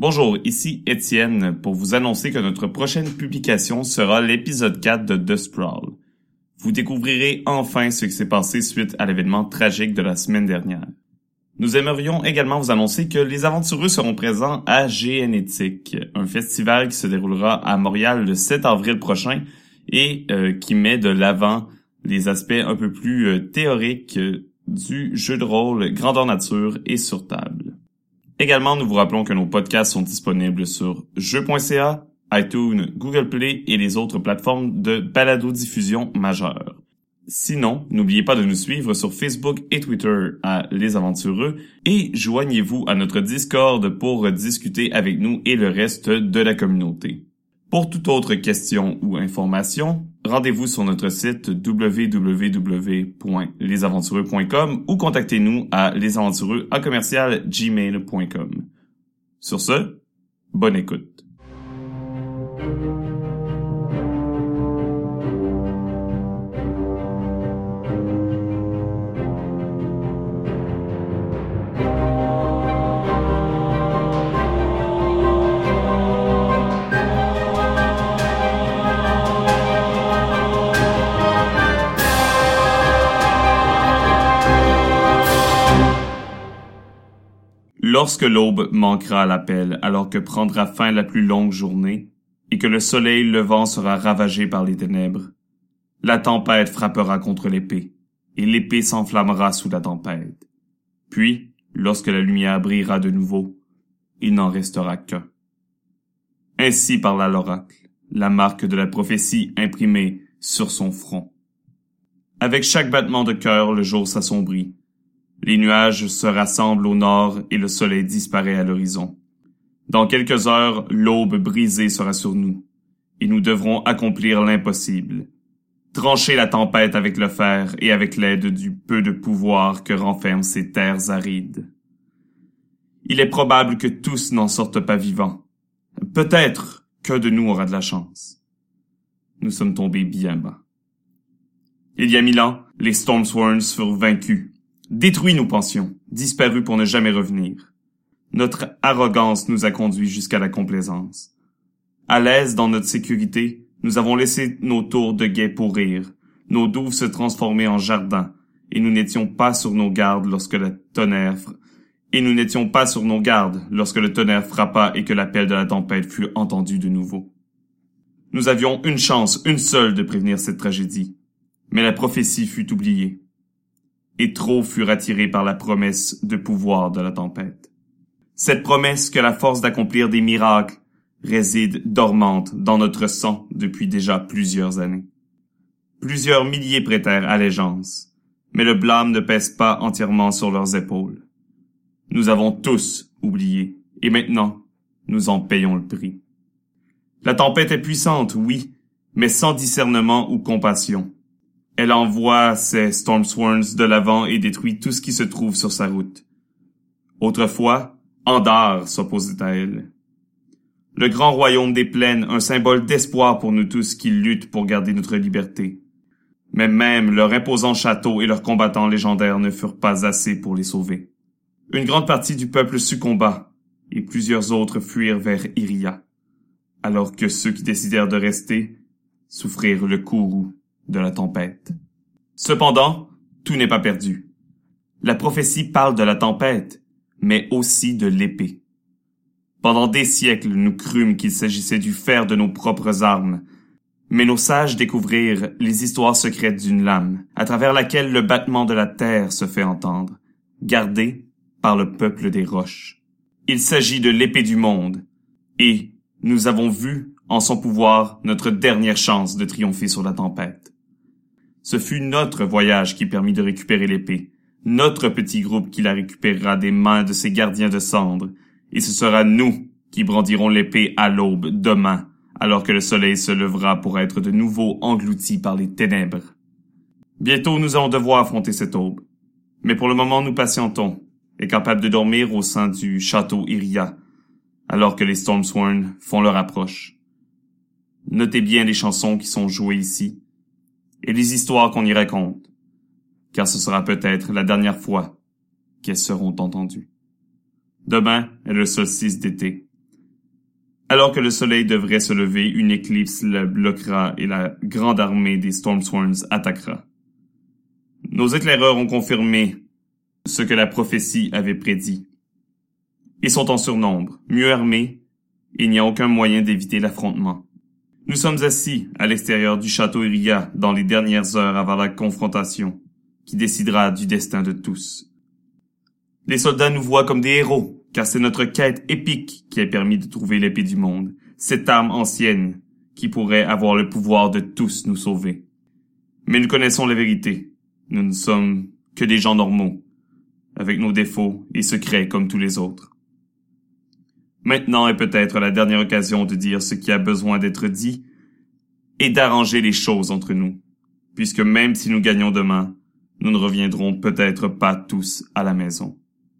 Bonjour, ici Étienne pour vous annoncer que notre prochaine publication sera l'épisode 4 de The Sprawl. Vous découvrirez enfin ce qui s'est passé suite à l'événement tragique de la semaine dernière. Nous aimerions également vous annoncer que les aventureux seront présents à Génétique, un festival qui se déroulera à Montréal le 7 avril prochain et qui met de l'avant les aspects un peu plus théoriques du jeu de rôle grandeur nature et sur table. Également, nous vous rappelons que nos podcasts sont disponibles sur jeux.ca, iTunes, Google Play et les autres plateformes de balado-diffusion majeures. Sinon, n'oubliez pas de nous suivre sur Facebook et Twitter à Les Aventureux et joignez-vous à notre Discord pour discuter avec nous et le reste de la communauté. Pour toute autre question ou information, rendez-vous sur notre site www.lesaventureux.com ou contactez-nous à lesaventureux@gmail.com. Sur ce, bonne écoute. Lorsque l'aube manquera à l'appel, alors que prendra fin la plus longue journée, et que le soleil levant sera ravagé par les ténèbres, la tempête frappera contre l'épée, et l'épée s'enflammera sous la tempête. Puis, lorsque la lumière brillera de nouveau, il n'en restera qu'un. Ainsi parla l'oracle, la marque de la prophétie imprimée sur son front. Avec chaque battement de cœur, le jour s'assombrit. Les nuages se rassemblent au nord et le soleil disparaît à l'horizon. Dans quelques heures, l'aube brisée sera sur nous, et nous devrons accomplir l'impossible. Trancher la tempête avec le fer et avec l'aide du peu de pouvoir que renferment ces terres arides. Il est probable que tous n'en sortent pas vivants. Peut-être qu'un de nous aura de la chance. Nous sommes tombés bien bas. Il y a 1000 ans, les Stormsworns furent vaincus. Détruits, nous pensions, disparus pour ne jamais revenir. Notre arrogance nous a conduits jusqu'à la complaisance. À l'aise dans notre sécurité, nous avons laissé nos tours de guet pourrir, nos douves se transformer en jardins, et nous n'étions pas sur nos gardes lorsque le tonnerre frappa et que l'appel de la tempête fut entendu de nouveau. Nous avions une chance, une seule, de prévenir cette tragédie, mais la prophétie fut oubliée. Et trop furent attirés par la promesse de pouvoir de la tempête. Cette promesse que la force d'accomplir des miracles réside dormante dans notre sang depuis déjà plusieurs années. Plusieurs milliers prêtèrent allégeance, mais le blâme ne pèse pas entièrement sur leurs épaules. Nous avons tous oublié, et maintenant, nous en payons le prix. La tempête est puissante, oui, mais sans discernement ou compassion. Elle envoie ses Stormsworns de l'avant et détruit tout ce qui se trouve sur sa route. Autrefois, Andar s'opposait à elle. Le grand royaume des plaines, un symbole d'espoir pour nous tous qui luttent pour garder notre liberté. Mais même leur imposant château et leurs combattants légendaires ne furent pas assez pour les sauver. Une grande partie du peuple succomba, et plusieurs autres fuirent vers Iria, alors que ceux qui décidèrent de rester souffrirent le courroux de la tempête. Cependant, tout n'est pas perdu. La prophétie parle de la tempête, mais aussi de l'épée. Pendant des siècles, nous crûmes qu'il s'agissait du fer de nos propres armes, mais nos sages découvrirent les histoires secrètes d'une lame, à travers laquelle le battement de la terre se fait entendre, gardée par le peuple des roches. Il s'agit de l'épée du monde, et nous avons vu en son pouvoir notre dernière chance de triompher sur la tempête. Ce fut notre voyage qui permit de récupérer l'épée, notre petit groupe qui la récupérera des mains de ses gardiens de cendres, et ce sera nous qui brandirons l'épée à l'aube demain, alors que le soleil se lèvera pour être de nouveau englouti par les ténèbres. Bientôt nous allons devoir affronter cette aube, mais pour le moment nous patientons, et capables de dormir au sein du château Iria, alors que les Stormsworn font leur approche. Notez bien les chansons qui sont jouées ici, et les histoires qu'on y raconte, car ce sera peut-être la dernière fois qu'elles seront entendues. Demain est le solstice d'été. Alors que le soleil devrait se lever, une éclipse le bloquera et la grande armée des Stormsworns attaquera. Nos éclaireurs ont confirmé ce que la prophétie avait prédit. Ils sont en surnombre, mieux armés, et il n'y a aucun moyen d'éviter l'affrontement. Nous sommes assis à l'extérieur du château Iria dans les dernières heures avant la confrontation, qui décidera du destin de tous. Les soldats nous voient comme des héros, car c'est notre quête épique qui a permis de trouver l'épée du monde, cette arme ancienne qui pourrait avoir le pouvoir de tous nous sauver. Mais nous connaissons la vérité. Nous ne sommes que des gens normaux, avec nos défauts et secrets comme tous les autres. Maintenant est peut-être la dernière occasion de dire ce qui a besoin d'être dit et d'arranger les choses entre nous, puisque même si nous gagnons demain, nous ne reviendrons peut-être pas tous à la maison.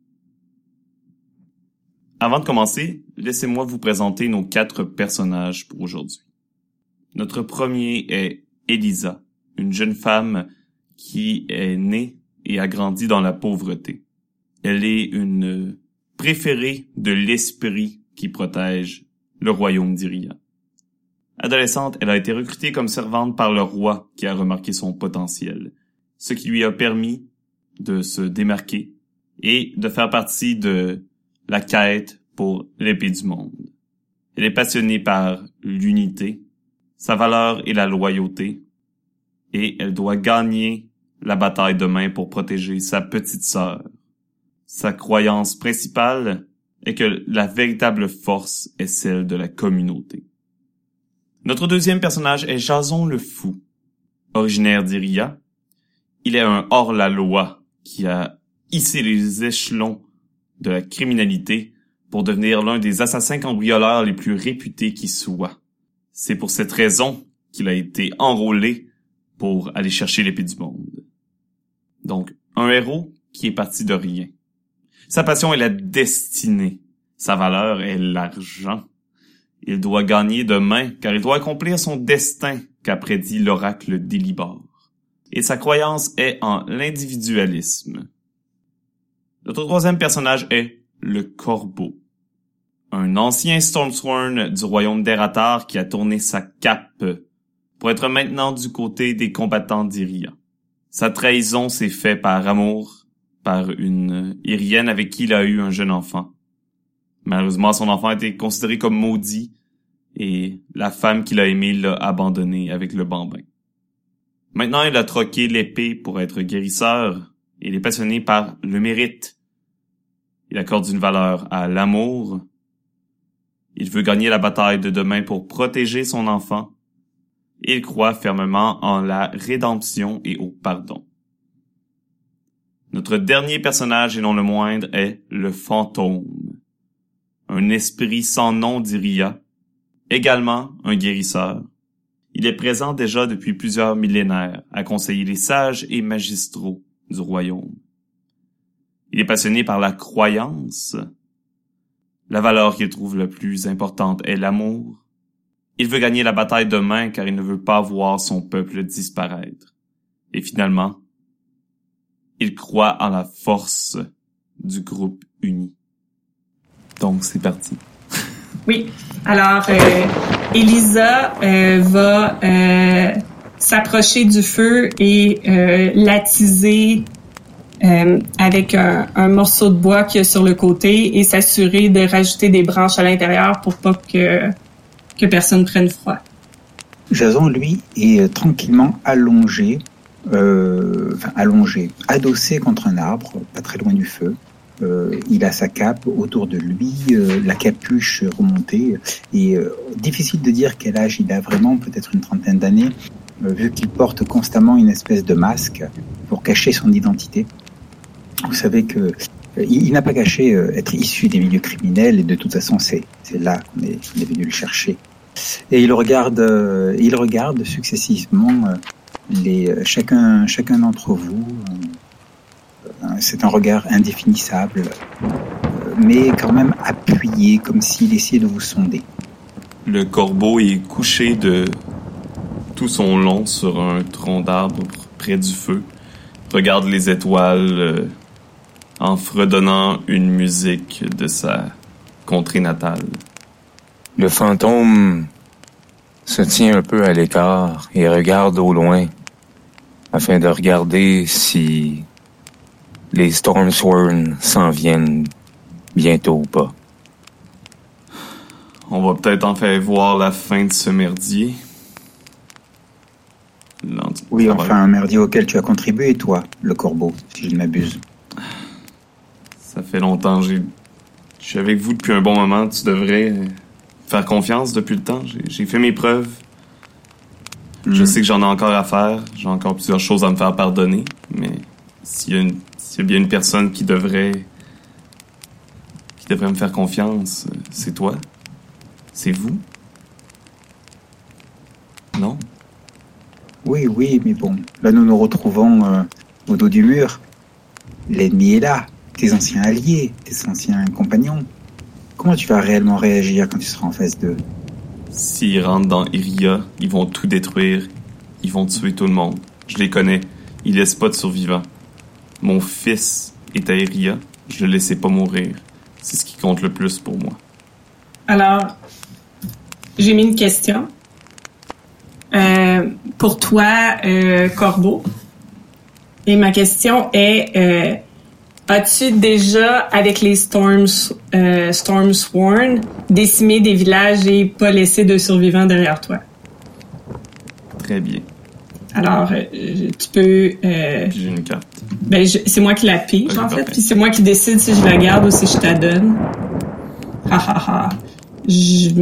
Avant de commencer, laissez-moi vous présenter nos 4 personnages pour aujourd'hui. Notre premier est Elisa, une jeune femme qui est née et a grandi dans la pauvreté. Elle est une préférée de l'esprit qui protège le royaume d'Iria. Adolescente, elle a été recrutée comme servante par le roi qui a remarqué son potentiel, ce qui lui a permis de se démarquer et de faire partie de la quête pour l'épée du monde. Elle est passionnée par l'unité, sa valeur est la loyauté, et elle doit gagner la bataille demain pour protéger sa petite sœur. Sa croyance principale est que la véritable force est celle de la communauté. Notre deuxième personnage est Jason le Fou. Originaire d'Iria, il est un hors-la-loi qui a hissé les échelons de la criminalité pour devenir l'un des assassins cambrioleurs les plus réputés qui soient. C'est pour cette raison qu'il a été enrôlé pour aller chercher l'épée du monde. Donc, un héros qui est parti de rien. Sa passion est la destinée. Sa valeur est l'argent. Il doit gagner demain, car il doit accomplir son destin qu'a prédit l'oracle d'Elibar. Et sa croyance est en l'individualisme. Notre troisième personnage est le Corbeau. Un ancien Stormsworn du royaume d'Eratar qui a tourné sa cape pour être maintenant du côté des combattants d'Iria. Sa trahison s'est faite par amour, par une Irienne avec qui il a eu un jeune enfant. Malheureusement, son enfant a été considéré comme maudit et la femme qu'il a aimée l'a abandonné avec le bambin. Maintenant, il a troqué l'épée pour être guérisseur et il est passionné par le mérite. Il accorde une valeur à l'amour. Il veut gagner la bataille de demain pour protéger son enfant. Et il croit fermement en la rédemption et au pardon. Notre dernier personnage, et non le moindre, est le Fantôme. Un esprit sans nom d'Iria, également un guérisseur. Il est présent déjà depuis plusieurs millénaires à conseiller les sages et magistraux du royaume. Il est passionné par la croyance. La valeur qu'il trouve la plus importante est l'amour. Il veut gagner la bataille demain car il ne veut pas voir son peuple disparaître. Et finalement, il croit en la force du groupe uni. Donc, c'est parti. Oui. Alors, Elisa va s'approcher du feu et l'attiser avec un morceau de bois qu'il y a sur le côté et s'assurer de rajouter des branches à l'intérieur pour pas que personne prenne froid. Jason, lui, est tranquillement allongé, adossé contre un arbre, pas très loin du feu. Il a sa cape autour de lui, la capuche remontée, et difficile de dire quel âge il a vraiment, peut-être une trentaine d'années, vu qu'il porte constamment une espèce de masque pour cacher son identité. Vous savez que il n'a pas caché être issu des milieux criminels, et de toute façon c'est là qu'on est venu le chercher. Et il regarde successivement chacun d'entre vous. C'est un regard indéfinissable, mais quand même appuyé, comme s'il essayait de vous sonder. Le corbeau est couché de tout son long sur un tronc d'arbre près du feu. Il regarde les étoiles en fredonnant une musique de sa contrée natale. Le fantôme se tient un peu à l'écart et regarde au loin afin de regarder si les Stormsworn s'en viennent bientôt ou pas. On va peut-être enfin voir la fin de ce merdier. Oui, enfin un merdier auquel tu as contribué, toi, le corbeau, si je ne m'abuse. Ça fait longtemps, je suis avec vous depuis un bon moment, tu devrais faire confiance depuis le temps. J'ai fait mes preuves. Je sais que j'en ai encore à faire, j'ai encore plusieurs choses à me faire pardonner, mais s'il y a bien une personne qui devrait me faire confiance, c'est toi. C'est vous. Non? Oui, mais bon, là nous nous retrouvons au dos du mur. L'ennemi est là, tes anciens alliés, tes anciens compagnons. Comment tu vas réellement réagir quand tu seras en phase 2? S'ils rentrent dans Iria, ils vont tout détruire. Ils vont tuer tout le monde. Je les connais. Ils laissent pas de survivants. Mon fils est à Iria. Je le laissais pas mourir. C'est ce qui compte le plus pour moi. Alors, j'ai mis une question. Pour toi, Corbeau. Et ma question est, as-tu déjà, avec les Stormsworn, décimé des villages et pas laissé de survivants derrière toi? Très bien. Alors, tu peux... J'ai une carte. Ben, c'est moi qui la pige, en fait, puis c'est moi qui décide si je la garde ou si je te la donne. Ha ha ha. Je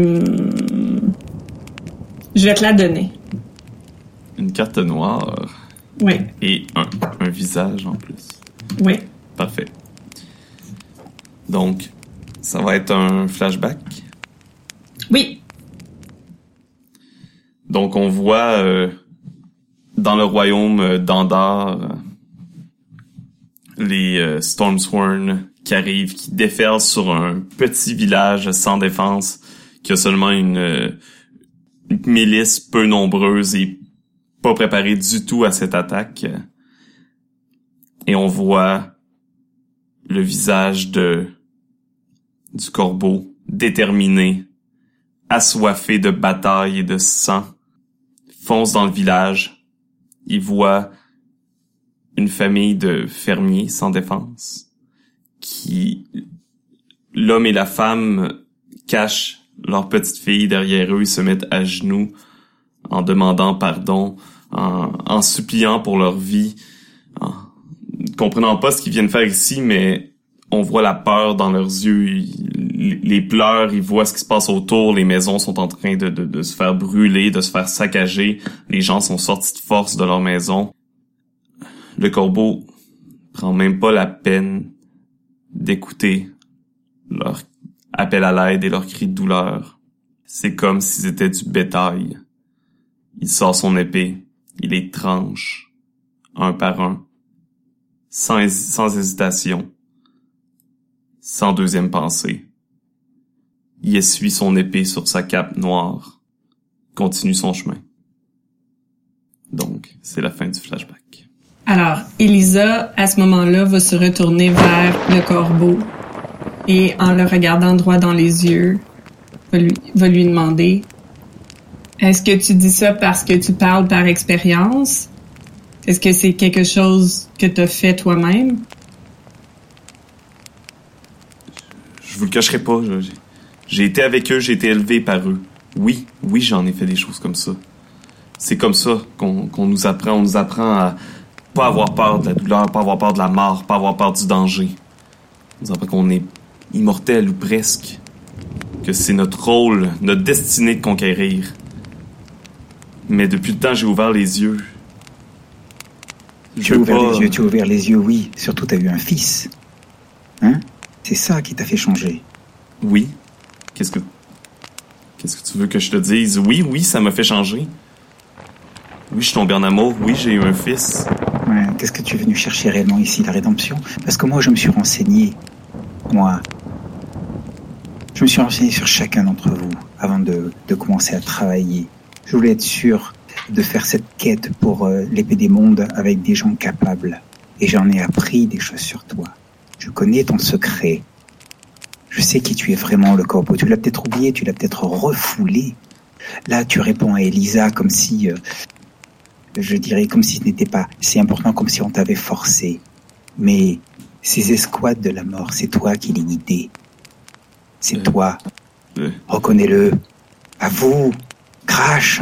vais te la donner. Une carte noire. Oui. Et un visage en plus. Oui. Parfait. Donc, ça va être un flashback? Oui. Donc, on voit dans le royaume d'Andar les Stormsworn qui arrivent, qui déferlent sur un petit village sans défense, qui a seulement une milice peu nombreuse et pas préparée du tout à cette attaque. Et on voit le visage du corbeau, déterminé, assoiffé de bataille et de sang, fonce dans le village. Il voit une famille de fermiers sans défense, qui, l'homme et la femme, cachent leur petite fille derrière eux, ils se mettent à genoux en demandant pardon, en suppliant pour leur vie, en comprenant pas ce qu'ils viennent faire ici, mais on voit la peur dans leurs yeux, les pleurs, ils voient ce qui se passe autour, les maisons sont en train de se faire brûler, de se faire saccager, les gens sont sortis de force de leur maison. Le corbeau prend même pas la peine d'écouter leur appel à l'aide et leurs cris de douleur. C'est comme s'ils étaient du bétail. Il sort son épée, il les tranche, un par un, sans hésitation, sans deuxième pensée. Il essuie son épée sur sa cape noire, continue son chemin. Donc, c'est la fin du flashback. Alors, Elisa, à ce moment-là, va se retourner vers le corbeau et, en le regardant droit dans les yeux, va lui demander: est-ce que tu dis ça parce que tu parles par expérience? Est-ce que c'est quelque chose que tu as fait toi-même? Je vous le cacherai pas, j'ai été avec eux, j'ai été élevé par eux. Oui, j'en ai fait des choses comme ça. C'est comme ça qu'on nous apprend. On nous apprend à pas avoir peur de la douleur, pas avoir peur de la mort, pas avoir peur du danger. On nous apprend qu'on est immortel ou presque. Que c'est notre rôle, notre destinée de conquérir. Mais depuis le temps, j'ai ouvert les yeux. Tu as ouvert les yeux, oui. Surtout, tu as eu un fils. Hein? C'est ça qui t'a fait changer. Oui. Qu'est-ce que tu veux que je te dise? Oui, ça m'a fait changer. Oui, je suis tombé en amour. Oui, j'ai eu un fils. Ouais, qu'est-ce que tu es venu chercher réellement ici, la rédemption? Parce que moi, je me suis renseigné. Je me suis renseigné sur chacun d'entre vous avant de commencer à travailler. Je voulais être sûr de faire cette quête pour l'épée des mondes avec des gens capables. Et j'en ai appris des choses sur toi. Je connais ton secret. Je sais qui tu es vraiment, le corbeau. Tu l'as peut-être oublié, tu l'as peut-être refoulé. Là, tu réponds à Elisa comme si... je dirais comme si ce n'était pas si important, comme si on t'avait forcé. Mais ces escouades de la mort, c'est toi qui les guidais. C'est toi. Reconnais-le. À vous. Crash.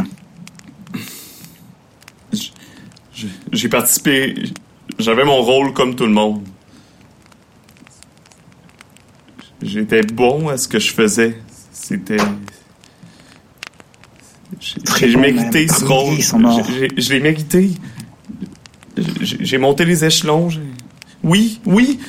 J'ai participé. J'avais mon rôle comme tout le monde. J'étais bon à ce que je faisais. C'était... J'ai mérité ce rôle. Je l'ai mérité. J'ai monté les échelons. Oui. Oui,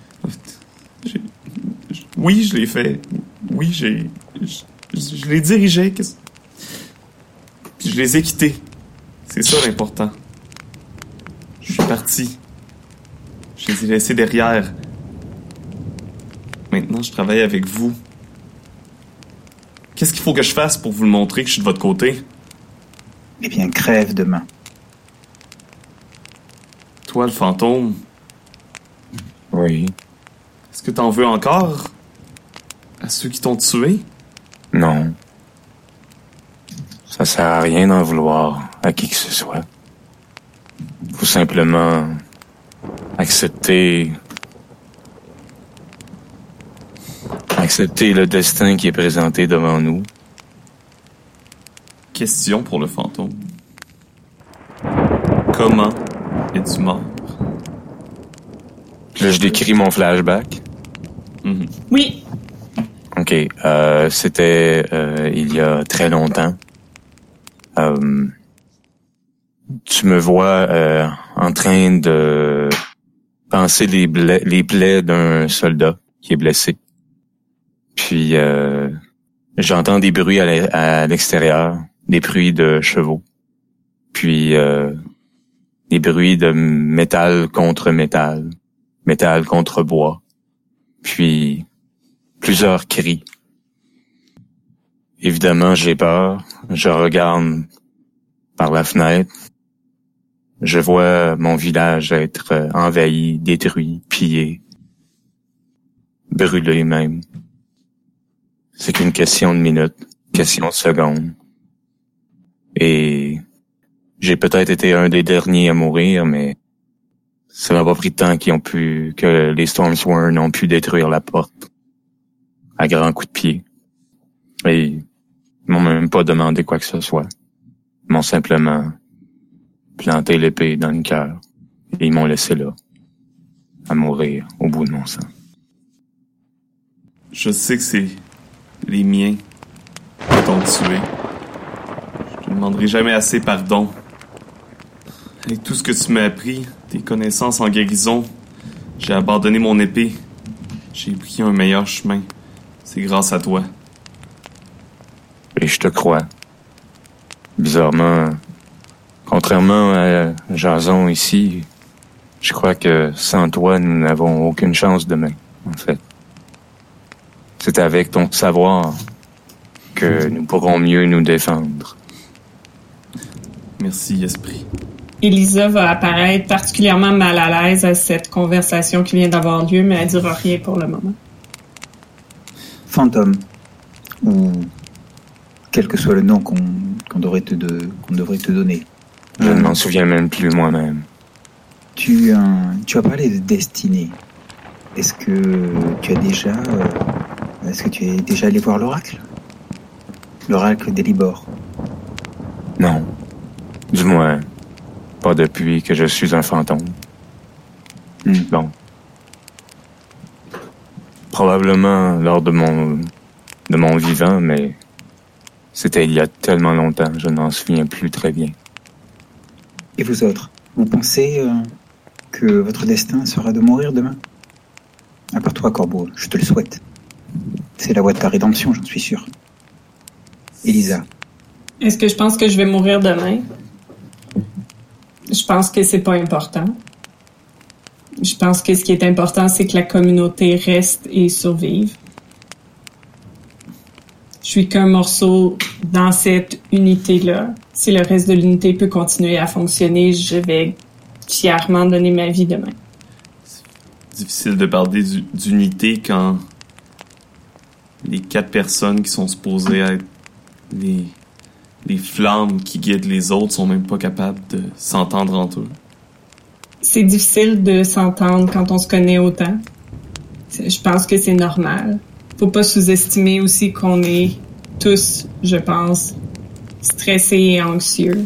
je l'ai fait. Oui, je l'ai dirigé. Puis je les ai quittés. C'est ça l'important. Je suis parti. Je les ai laissés derrière. Maintenant, je travaille avec vous. Qu'est-ce qu'il faut que je fasse pour vous le montrer que je suis de votre côté? Eh bien, crève demain. Toi, le fantôme. Oui. Est-ce que t'en veux encore? À ceux qui t'ont tué? Non. Ça sert à rien d'en vouloir à qui que ce soit. Faut simplement accepter le destin qui est présenté devant nous. Question pour le fantôme. Comment es-tu mort? Là, je décris mon flashback. Mm-hmm. Oui. OK. C'était il y a très longtemps. Tu me vois en train de panser les plaies d'un soldat qui est blessé. Puis j'entends des bruits à l'extérieur, des bruits de chevaux. Puis des bruits de métal contre métal, métal contre bois. Puis plusieurs cris. Évidemment, j'ai peur. Je regarde par la fenêtre. Je vois mon village être envahi, détruit, pillé, brûlé même. C'est qu'une question de minutes, question de secondes. Et j'ai peut-être été un des derniers à mourir, mais ça m'a pas pris de temps que les Stormsworn ont pu détruire la porte à grands coups de pied. Et ils m'ont même pas demandé quoi que ce soit. Ils m'ont simplement planté l'épée dans le cœur et ils m'ont laissé là, à mourir au bout de mon sang. Je sais que c'est les miens qui t'ont tué. Je ne demanderai jamais assez pardon. Avec tout ce que tu m'as appris, tes connaissances en guérison, j'ai abandonné mon épée. J'ai pris un meilleur chemin. C'est grâce à toi. Et je te crois. Bizarrement, contrairement à Jason ici, je crois que sans toi, nous n'avons aucune chance demain, en fait. C'est avec ton savoir que nous pourrons mieux nous défendre. Merci, Esprit. Elisa va apparaître particulièrement mal à l'aise à cette conversation qui vient d'avoir lieu, mais elle dira rien pour le moment. Fantôme, ou quel que soit le nom qu'on devrait te donner. Je ne m'en souviens même plus moi-même. Tu as parlé de destinée. Est-ce que tu es déjà allé voir l'oracle? L'oracle d'Elibor? Non. Du moins, pas depuis que je suis un fantôme. Bon. Probablement lors de mon vivant, mais c'était il y a tellement longtemps, je n'en souviens plus très bien. Et vous autres, vous pensez que votre destin sera de mourir demain? À part toi, Corbeau, je te le souhaite. C'est la voie de ta rédemption, j'en suis sûr. Elisa. Est-ce que je pense que je vais mourir demain? Je pense que c'est pas important. Je pense que ce qui est important, c'est que la communauté reste et survive. Je suis qu'un morceau dans cette unité-là. Si le reste de l'unité peut continuer à fonctionner, je vais fièrement donner ma vie demain. C'est difficile de parler d'unité quand les 4 personnes qui sont supposées être les flammes qui guident les autres sont même pas capables de s'entendre entre eux. C'est difficile de s'entendre quand on se connaît autant. Je pense que c'est normal. Faut pas sous-estimer aussi qu'on est tous, je pense, stressés et anxieux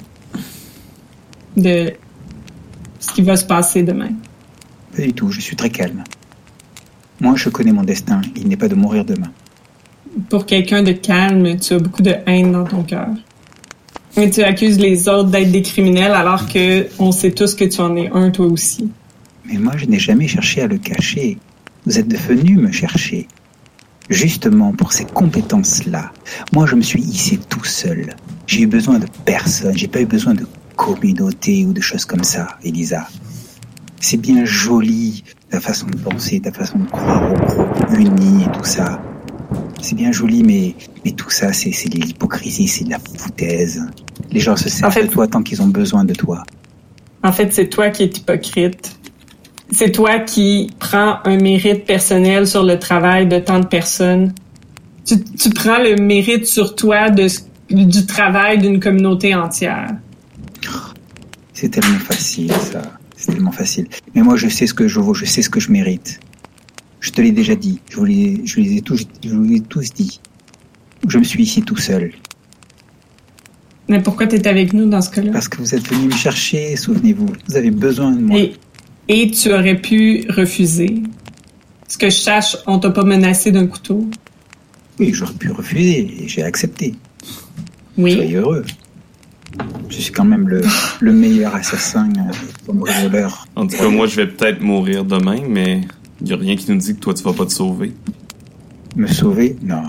de ce qui va se passer demain. Pas du tout, je suis très calme. Moi, je connais mon destin. Il n'est pas de mourir demain. Pour quelqu'un de calme, tu as beaucoup de haine dans ton cœur. Mais tu accuses les autres d'être des criminels alors que on sait tous que tu en es un toi aussi. Mais moi, je n'ai jamais cherché à le cacher. Vous êtes venu me chercher. Justement pour ces compétences-là. Moi, je me suis hissé tout seul. J'ai eu besoin de personne. J'ai pas eu besoin de communauté ou de choses comme ça, Elisa. C'est bien joli, ta façon de penser, ta façon de croire au groupe uni et tout ça. C'est bien joli, mais tout ça, c'est de l'hypocrisie, c'est de la foutaise. Les gens se servent de toi tant qu'ils ont besoin de toi. En fait, c'est toi qui es hypocrite. C'est toi qui prends un mérite personnel sur le travail de tant de personnes. Tu prends le mérite sur toi du travail d'une communauté entière. C'est tellement facile, ça. C'est tellement facile. Mais moi, je sais ce que je vaux, je sais ce que je mérite. Je te l'ai déjà dit. Je vous l'ai tous dit. Je me suis ici tout seul. Mais pourquoi t'es avec nous dans ce cas-là? Parce que vous êtes venu me chercher, souvenez-vous. Vous avez besoin de moi. Et tu aurais pu refuser. Ce que je sache, on t'a pas menacé d'un couteau. Oui, j'aurais pu refuser et j'ai accepté. Oui. Soyez heureux. Je suis quand même le meilleur assassin voleur. En tout cas, moi, je vais peut-être mourir demain, mais il n'y a rien qui nous dit que toi, tu vas pas te sauver. Me sauver? Non.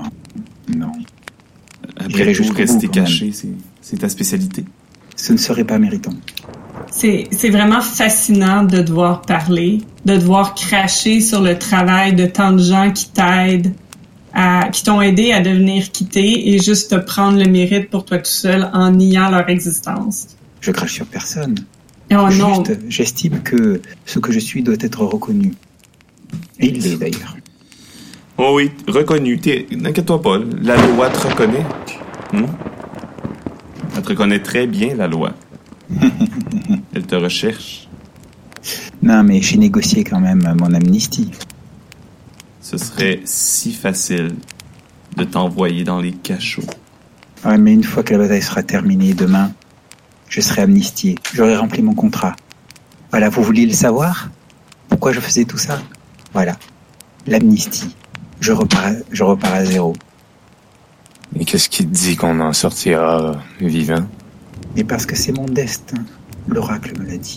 Après tout, rester caché, c'est ta spécialité. Ce ne serait pas méritant. C'est vraiment fascinant de devoir parler, de devoir cracher sur le travail de tant de gens qui t'aident, qui t'ont aidé à devenir quitté et juste te prendre le mérite pour toi tout seul en niant leur existence. Je crache sur personne. Oh non. Juste, j'estime que ce que je suis doit être reconnu. Et il l'est d'ailleurs. Oh oui, reconnu. N'inquiète-toi pas, la loi te reconnaît. Elle te reconnaît très bien, la loi. Elle te recherche. Non, mais j'ai négocié quand même mon amnistie. Ce serait si facile de t'envoyer dans les cachots. Ouais, mais une fois que la bataille sera terminée demain, je serai amnistié. J'aurai rempli mon contrat. Voilà, vous vouliez le savoir? Pourquoi je faisais tout ça? Voilà, l'amnistie. Je repars à zéro. Et qu'est-ce qui te dit qu'on en sortira vivant? Et parce que c'est mon destin. L'oracle me l'a dit.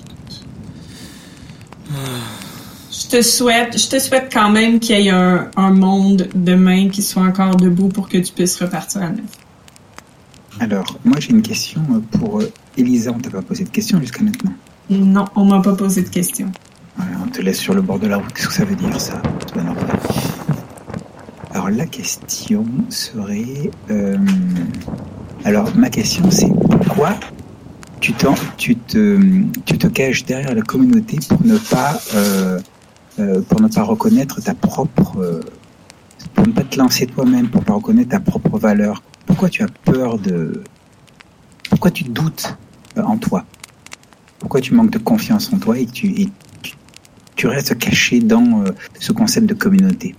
Je te souhaite quand même qu'il y ait un monde demain qui soit encore debout pour que tu puisses repartir à neuf. Alors, moi j'ai une question pour Elisa. On t'a pas posé de question jusqu'à maintenant? Non, on m'a pas posé de question. Ouais, on te laisse sur le bord de la route. Qu'est-ce que ça veut dire, ça? C'est pas normal. Alors, la question serait... Alors, ma question, c'est pourquoi tu te caches derrière la communauté pour ne pas reconnaître ta propre... pour ne pas te lancer toi-même, pour ne pas reconnaître ta propre valeur? Pourquoi tu as peur Pourquoi tu doutes en toi? Pourquoi tu manques de confiance en toi et que tu restes caché dans ce concept de communauté?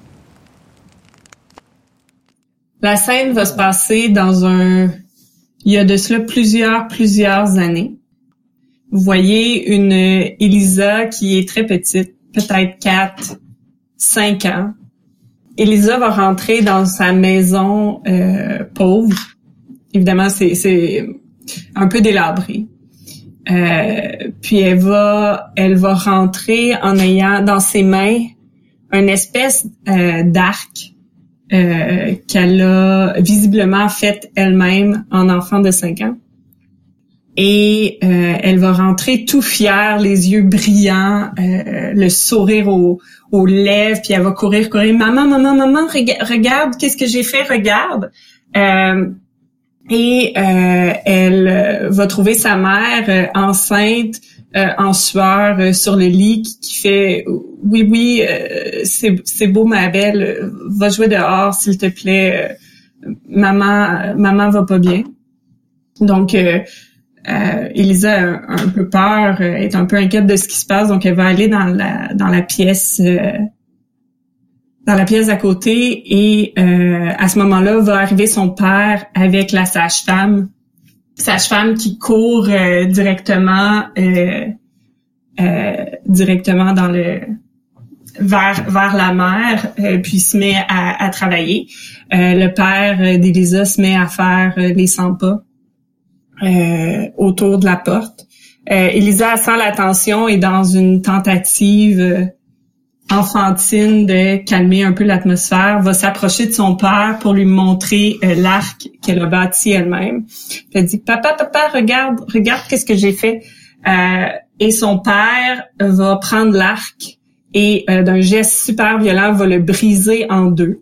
La scène va se passer il y a de cela plusieurs années. Vous voyez une Elisa qui est très petite, peut-être 4, 5 ans. Elisa va rentrer dans sa maison pauvre. Évidemment, c'est un peu délabré. Puis elle va rentrer en ayant dans ses mains une espèce d'arc qu'elle a visiblement fait elle-même en enfant de 5 ans. Et elle va rentrer tout fière, les yeux brillants, le sourire aux lèvres, puis elle va courir. Maman, regarde, qu'est-ce que j'ai fait, regarde. Et elle va trouver sa mère enceinte en sueur sur le lit qui fait oui, c'est beau ma belle, va jouer dehors s'il te plaît, maman va pas bien. Donc Elisa a un peu peur, est un peu inquiète de ce qui se passe, donc elle va aller dans la pièce à côté et à ce moment-là va arriver son père avec la sage-femme qui court directement dans vers la mère puis se met à travailler. Le père d'Elisa se met à faire les 100 pas autour de la porte. Elisa sent la tension et dans une tentative enfantine de calmer un peu l'atmosphère, va s'approcher de son père pour lui montrer l'arc qu'elle a bâti elle-même. Elle dit papa, regarde qu'est-ce que j'ai fait. Et son père va prendre l'arc et d'un geste super violent va le briser en deux.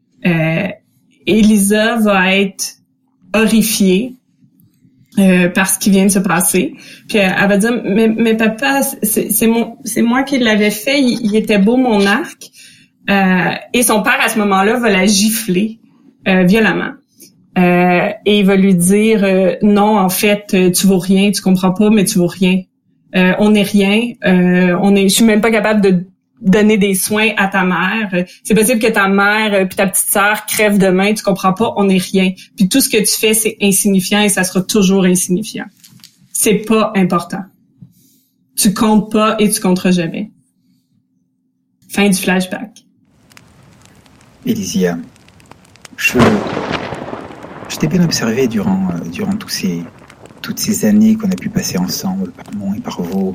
Elisa va être horrifiée par ce qui vient de se passer. Puis elle va dire mais papa, c'est moi qui l'avais fait, il était beau mon arc. Et son père à ce moment-là va la gifler violemment. Et il va lui dire non, en fait, tu vaux rien, tu comprends pas, mais tu vaux rien. On n'est rien, je suis même pas capable de donner des soins à ta mère. C'est possible que ta mère puis ta petite sœur crèvent demain, tu comprends pas, on n'est rien. Puis tout ce que tu fais, c'est insignifiant et ça sera toujours insignifiant. C'est pas important. Tu comptes pas et tu compteras jamais. Fin du flashback. Elysia, je t'ai bien observé durant toutes ces années qu'on a pu passer ensemble, par Mont et par Vaux.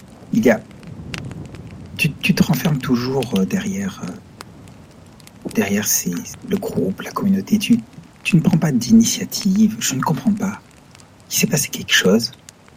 Tu te renfermes toujours derrière le groupe, la communauté. Tu ne prends pas d'initiative. Je ne comprends pas. Il s'est passé quelque chose.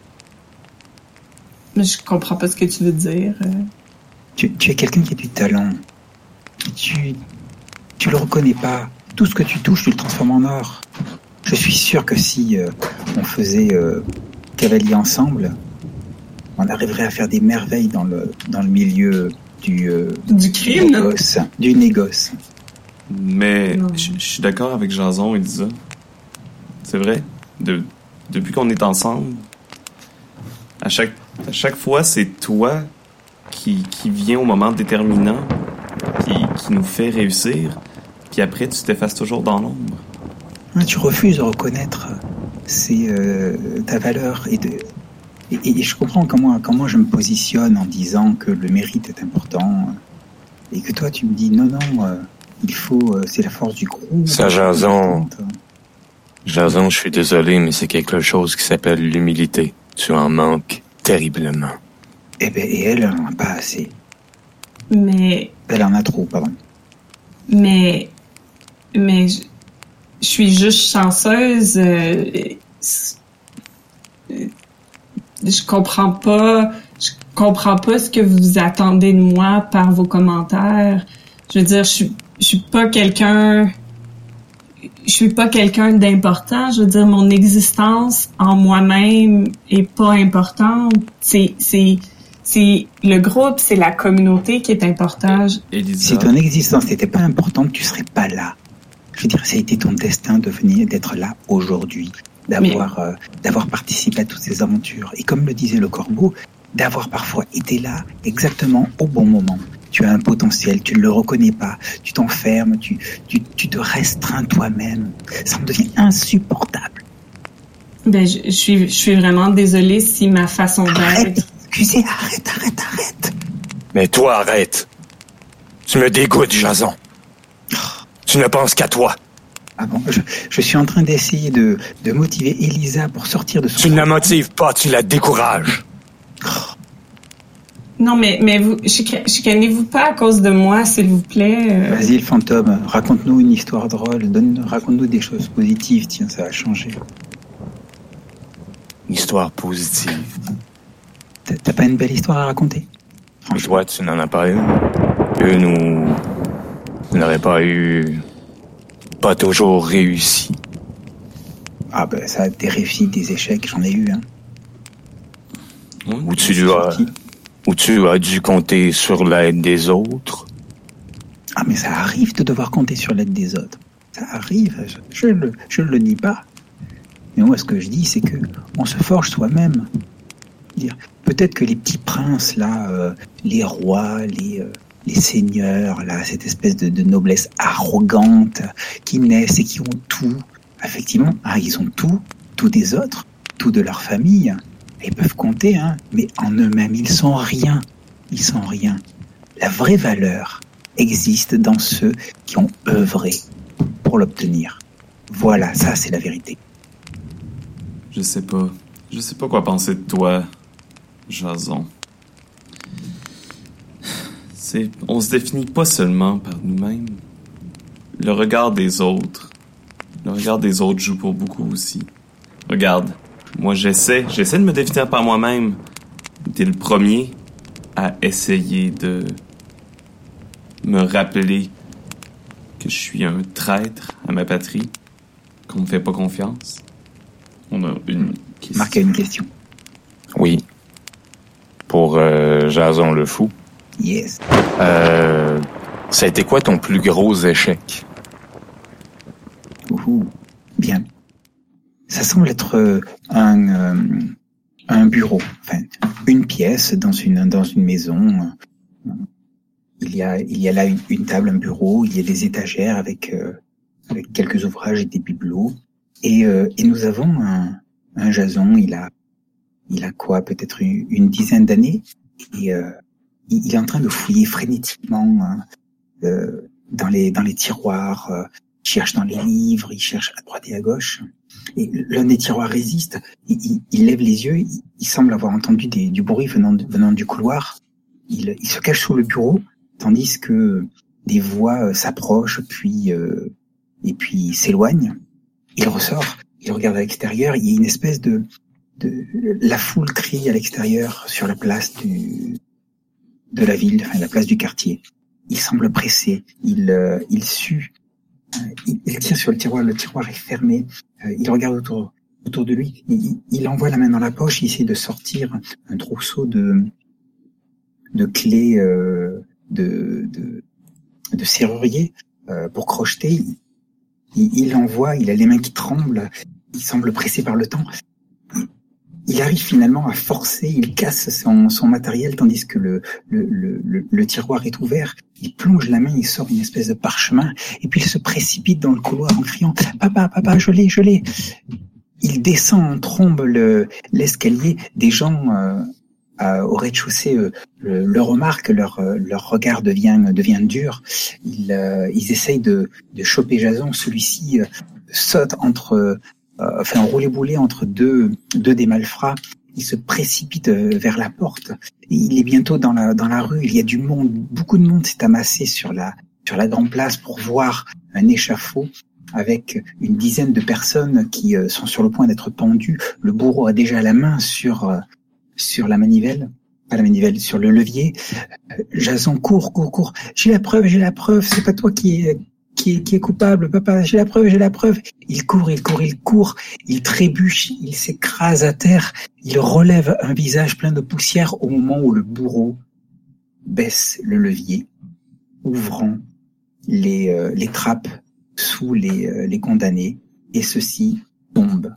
Mais je comprends pas ce que tu veux dire. Tu es quelqu'un qui a du talent. Tu le reconnais pas. Tout ce que tu touches, tu le transformes en or. Je suis sûr que si on faisait cavalier ensemble, on arriverait à faire des merveilles dans le milieu du crime, du négoce. Mais je suis d'accord avec Jason et Elisa. C'est vrai. Depuis qu'on est ensemble, à chaque fois, c'est toi qui vient au moment déterminant, qui nous fait réussir, puis après, tu t'effaces toujours dans l'ombre. Tu refuses de reconnaître ta valeur et je comprends comment je me positionne en disant que le mérite est important et que toi tu me dis non, il faut, c'est la force du groupe. Ça, Jason, je suis désolé, mais c'est quelque chose qui s'appelle l'humilité. Tu en manques terriblement. Et elle en a pas assez. Mais... Elle en a trop, pardon. Mais je suis juste chanceuse. Je comprends pas ce que vous attendez de moi par vos commentaires. Je veux dire, je suis pas quelqu'un d'important. Je veux dire, mon existence en moi-même est pas importante. C'est le groupe, c'est la communauté qui est importante. Si ton existence n'était pas importante, tu serais pas là. Je veux dire, ça a été ton destin d'être là aujourd'hui, d'avoir participé à toutes ces aventures. Et comme le disait le corbeau, d'avoir parfois été là exactement au bon moment. Tu as un potentiel, tu ne le reconnais pas, tu t'enfermes, tu te restreins toi-même. Ça me devient insupportable. Ben, je suis vraiment désolée si ma façon d'être... Excusez, arrête. Mais toi, arrête. Tu me dégoûtes, Jason. Tu ne penses qu'à toi. Ah bon, je suis en train d'essayer de motiver Elisa pour sortir de son... Tu ne la motives pas, tu la décourages. Non, mais vous, chicanez-vous pas à cause de moi, s'il vous plaît. Vas-y, le fantôme, raconte-nous une histoire drôle, raconte-nous des choses positives, tiens, ça va changer. Une histoire positive. T'as pas une belle histoire à raconter? Et toi, tu n'en as pas une? Une où tu n'aurais pas toujours réussi? Ah ben, ça, des réussites, des échecs, j'en ai eu, hein. Ou tu as dû compter sur l'aide des autres? Ah, mais ça arrive de devoir compter sur l'aide des autres. Ça arrive, je ne le nie pas. Mais moi, ce que je dis, c'est que on se forge soi-même. Peut-être que les petits princes, là, les rois, les seigneurs, là, cette espèce de noblesse arrogante qui naissent et qui ont tout, effectivement, ils ont tout des autres, tout de leur famille. Ils peuvent compter, mais en eux-mêmes, ils sont rien. Ils sont rien. La vraie valeur existe dans ceux qui ont œuvré pour l'obtenir. Voilà, ça, c'est la vérité. Je sais pas quoi penser de toi, Jason. On se définit pas seulement par nous-mêmes. Le regard des autres joue pour beaucoup aussi. Regarde, moi j'essaie de me définir par moi-même. T'es le premier à essayer de me rappeler que je suis un traître à ma patrie, qu'on me fait pas confiance. On a une question. Marc a une question. Oui. Pour Jason le fou. Yes. Ça a été quoi ton plus gros échec? Bien. Ça semble être un bureau, enfin une pièce dans une maison. Il y a là une table, un bureau. Il y a des étagères avec quelques ouvrages et des bibelots. Et nous avons un Jason. Il a quoi, peut-être une dizaine d'années. Et il est en train de fouiller frénétiquement dans les tiroirs. Il cherche dans les livres, il cherche à droite et à gauche. Et l'un des tiroirs résiste. Il lève les yeux. Il semble avoir entendu du bruit venant du couloir. Il se cache sous le bureau, tandis que des voix s'approchent et puis s'éloignent. Il ressort. Il regarde à l'extérieur. Il y a une espèce de la foule crie à l'extérieur sur la place de la ville, enfin la place du quartier. Il semble pressé. Il sue. Il tire sur le tiroir est fermé. Il regarde autour de lui. Il envoie la main dans la poche. Il essaie de sortir un trousseau de clés de serrurier pour crocheter. Il envoie. Il a les mains qui tremblent. Il semble pressé par le temps. Il arrive finalement à forcer, il casse son matériel tandis que le tiroir est ouvert. Il plonge la main, il sort une espèce de parchemin et puis il se précipite dans le couloir en criant « Papa, je l'ai !» Il descend en trombe l'escalier. Des gens au rez-de-chaussée le remarquent, leur regard devient dur. Ils essayent de choper Jason. Celui-ci saute enroulé-boulé entre deux des malfrats. Il se précipite vers la porte. Il est bientôt dans la rue. Il y a du monde. Beaucoup de monde s'est amassé sur la grande place pour voir un échafaud avec une dizaine de personnes qui sont sur le point d'être pendues. Le bourreau a déjà la main sur la manivelle. Pas la manivelle, sur le levier. Jason court. J'ai la preuve. C'est pas toi qui est coupable, papa, j'ai la preuve. Il court, il trébuche, il s'écrase à terre, il relève un visage plein de poussière au moment où le bourreau baisse le levier, ouvrant les trappes sous les condamnés, et ceux-ci tombent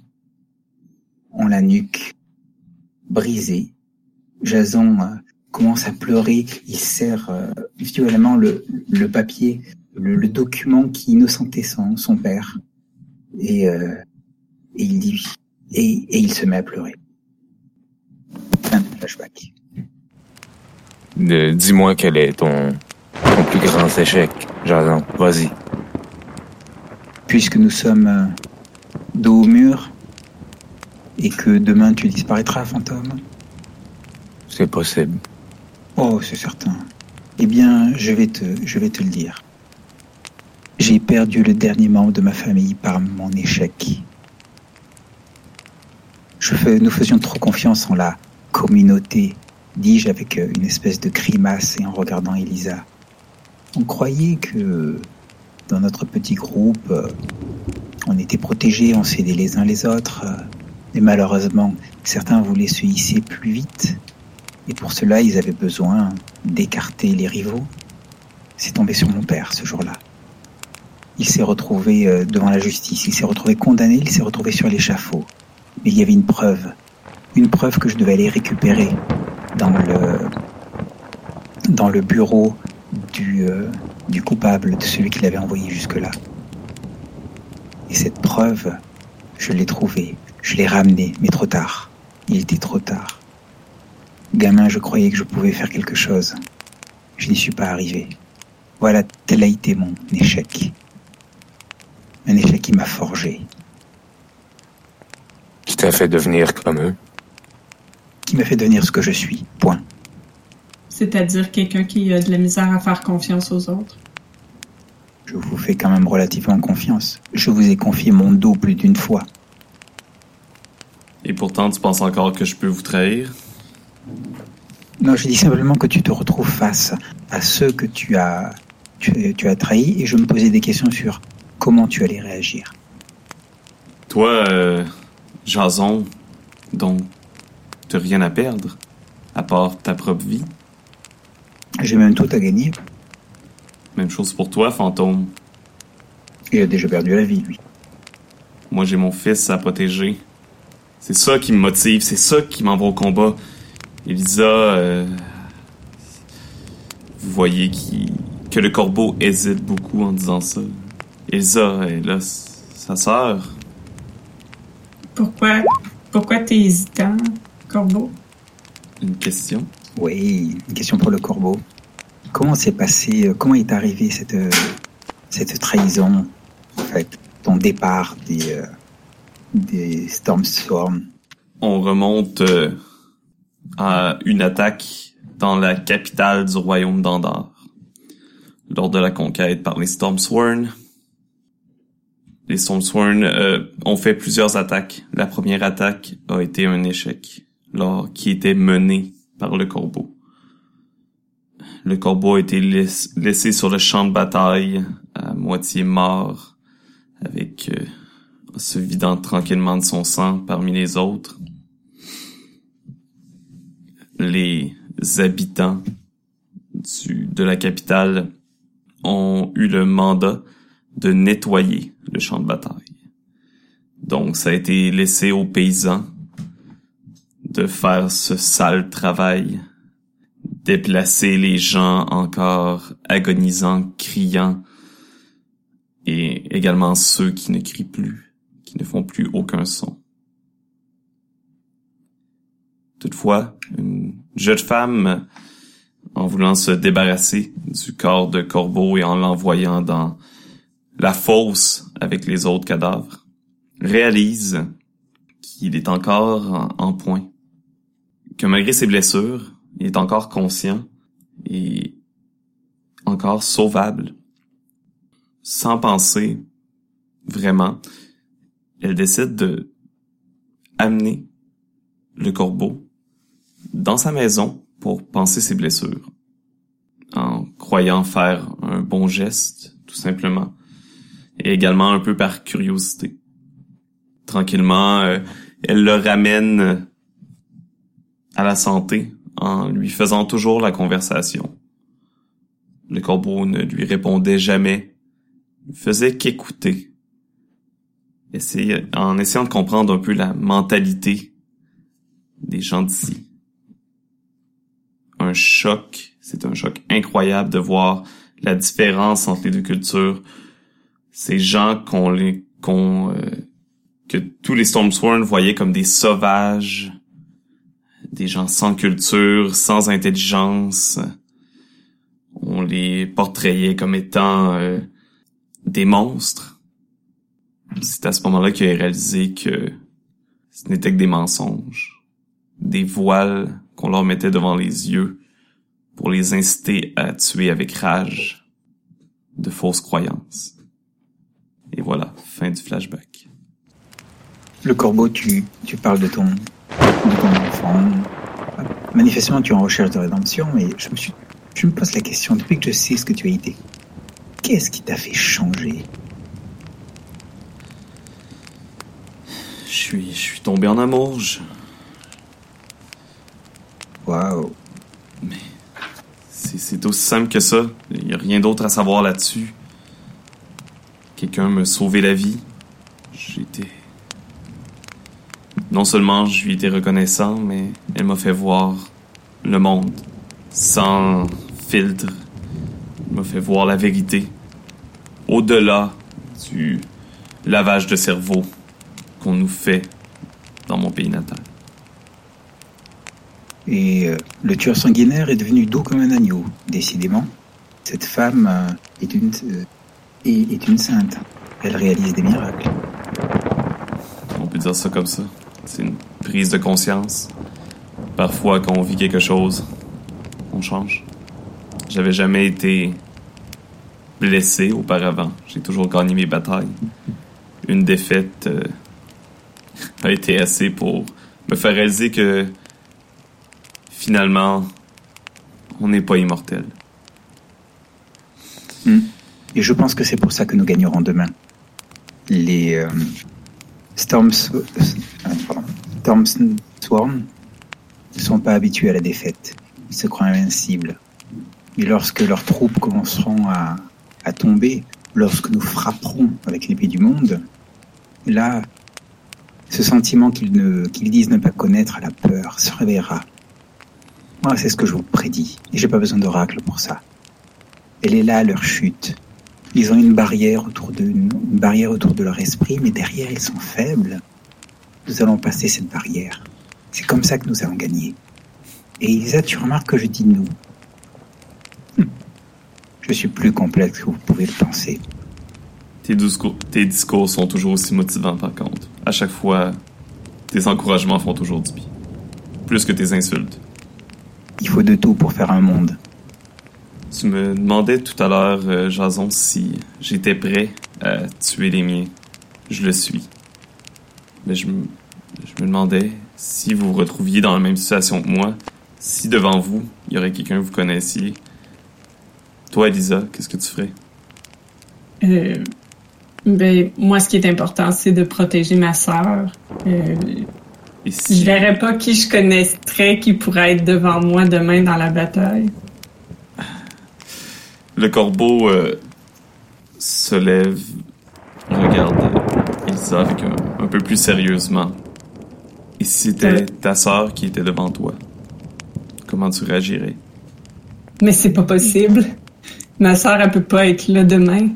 en la nuque, brisée. Jason commence à pleurer, il serre violemment le papier, le document qui innocentait son père, et il dit et il se met à pleurer. Fin de flashback. Dis-moi quel est ton plus grand échec, Jason. Vas-y. Puisque nous sommes dos au mur et que demain tu disparaîtras, fantôme. C'est possible. Oh, c'est certain. Eh bien, je vais te le dire. J'ai perdu le dernier membre de ma famille par mon échec. Nous faisions trop confiance en la communauté, dis-je avec une espèce de grimace et en regardant Elisa. On croyait que dans notre petit groupe, on était protégés, on s'aidait les uns les autres. Mais malheureusement, certains voulaient se hisser plus vite Et pour cela, ils avaient besoin d'écarter les rivaux. C'est tombé sur mon père ce jour-là. Il s'est retrouvé devant la justice, il s'est retrouvé condamné, il s'est retrouvé sur l'échafaud. Mais il y avait une preuve que je devais aller récupérer dans le bureau du coupable, de celui qui l'avait envoyé jusque-là. Et cette preuve, je l'ai trouvée, je l'ai ramenée, mais trop tard. Il était trop tard. Gamin, je croyais que je pouvais faire quelque chose. Je n'y suis pas arrivé. Voilà, tel a été mon échec. Un échec qui m'a forgé. Qui t'a fait devenir comme eux? Qui m'a fait devenir ce que je suis. Point. C'est-à-dire quelqu'un qui a de la misère à faire confiance aux autres. Je vous fais quand même relativement confiance. Je vous ai confié mon dos plus d'une fois. Et pourtant, tu penses encore que je peux vous trahir? Non, je dis simplement que tu te retrouves face à ceux que tu as trahis et je me posais des questions sur comment tu allais réagir. Toi, Jason, donc, t'as rien à perdre, à part ta propre vie. J'ai même tout à gagner. Même chose pour toi, fantôme. Il a déjà perdu la vie, lui. Moi, j'ai mon fils à protéger. C'est ça qui me motive, c'est ça qui m'envoie au combat. Elisa, vous voyez que le corbeau hésite beaucoup en disant ça. Elisa est là, sa sœur. Pourquoi t'es hésitant, corbeau? Une question? Oui, une question pour le corbeau. Comment s'est passé, comment est arrivée cette trahison, en fait, ton départ des Stormsworn? On remonte à une attaque dans la capitale du royaume d'Andar. Lors de la conquête par les Stormsworn, ont fait plusieurs attaques. La première attaque a été un échec, qui était mené par le corbeau. Le corbeau a été laissé sur le champ de bataille, à moitié mort, avec se vidant tranquillement de son sang parmi les autres. Les habitants de la capitale ont eu le mandat de nettoyer le champ de bataille. Donc, ça a été laissé aux paysans de faire ce sale travail, déplacer les gens encore agonisants, criant, et également ceux qui ne crient plus, qui ne font plus aucun son. Toutefois, une jeune femme, en voulant se débarrasser du corps de corbeau et en l'envoyant dans la fosse avec les autres cadavres, réalise qu'il est encore en point, que malgré ses blessures, il est encore conscient et encore sauvable. Sans penser vraiment, elle décide de amener le corbeau dans sa maison pour panser ses blessures, en croyant faire un bon geste, tout simplement, et également un peu par curiosité. Tranquillement, elle le ramène à la santé en lui faisant toujours la conversation. Le corbeau ne lui répondait jamais, ne faisait qu'écouter, en essayant de comprendre un peu la mentalité des gens d'ici. C'est un choc incroyable de voir la différence entre les deux cultures. Ces gens que tous les Stormsworn voyaient comme des sauvages, des gens sans culture, sans intelligence. On les portrayait comme étant des monstres. C'est à ce moment-là qu'il a réalisé que ce n'était que des mensonges, des voiles qu'on leur mettait devant les yeux pour les inciter à tuer avec rage, de fausses croyances. Et voilà, fin du flashback. Le corbeau, tu parles de ton enfant. Manifestement, tu es en recherche de rédemption, mais je me pose la question, depuis que je sais ce que tu as été, qu'est-ce qui t'a fait changer? Je suis tombé en amour. Wow. toi. Mais c'est aussi simple que ça. Il n'y a rien d'autre à savoir là-dessus. Quelqu'un m'a sauvé la vie. Non seulement je lui étais reconnaissant, mais elle m'a fait voir le monde sans filtre. Elle m'a fait voir la vérité. Au-delà du lavage de cerveau qu'on nous fait dans mon pays natal. Et le tueur sanguinaire est devenu doux comme un agneau. Décidément, cette femme est une sainte. Elle réalise des miracles. On peut dire ça comme ça. C'est une prise de conscience. Parfois, quand on vit quelque chose, on change. J'avais jamais été blessé auparavant. J'ai toujours gagné mes batailles. Une défaite a été assez pour me faire réaliser que finalement, on n'est pas immortel. Et je pense que c'est pour ça que nous gagnerons demain. Les Stormsworn ne sont pas habitués à la défaite. Ils se croient invincibles. Mais lorsque leurs troupes commenceront à tomber, lorsque nous frapperons avec l'épée du monde, là, ce sentiment qu'ils disent ne pas connaître, la peur, se réveillera. Moi, c'est ce que je vous prédis. Et j'ai pas besoin d'oracle pour ça. Elle est là, leur chute. Ils ont une barrière autour de leur esprit, mais derrière, ils sont faibles. Nous allons passer cette barrière. C'est comme ça que nous allons gagner. Et Elisa, tu remarques que je dis nous. Je suis plus complexe que vous pouvez le penser. Tes discours sont toujours aussi motivants, par contre. À chaque fois, tes encouragements font toujours du bien. Plus que tes insultes. Il faut de tout pour faire un monde. Tu me demandais tout à l'heure, Jason, si j'étais prêt à tuer les miens. Je le suis. Mais je me demandais si vous vous retrouviez dans la même situation que moi, si devant vous, il y aurait quelqu'un que vous connaissiez. Toi, Elisa, qu'est-ce que tu ferais? Moi, ce qui est important, c'est de protéger ma sœur. Je verrais pas qui je connaîtrais qui pourrait être devant moi demain dans la bataille. Le corbeau se lève, regarde Elisa avec un peu plus sérieusement. Et si c'était ta sœur qui était devant toi, comment tu réagirais? Mais c'est pas possible. Ma sœur, elle peut pas être là demain.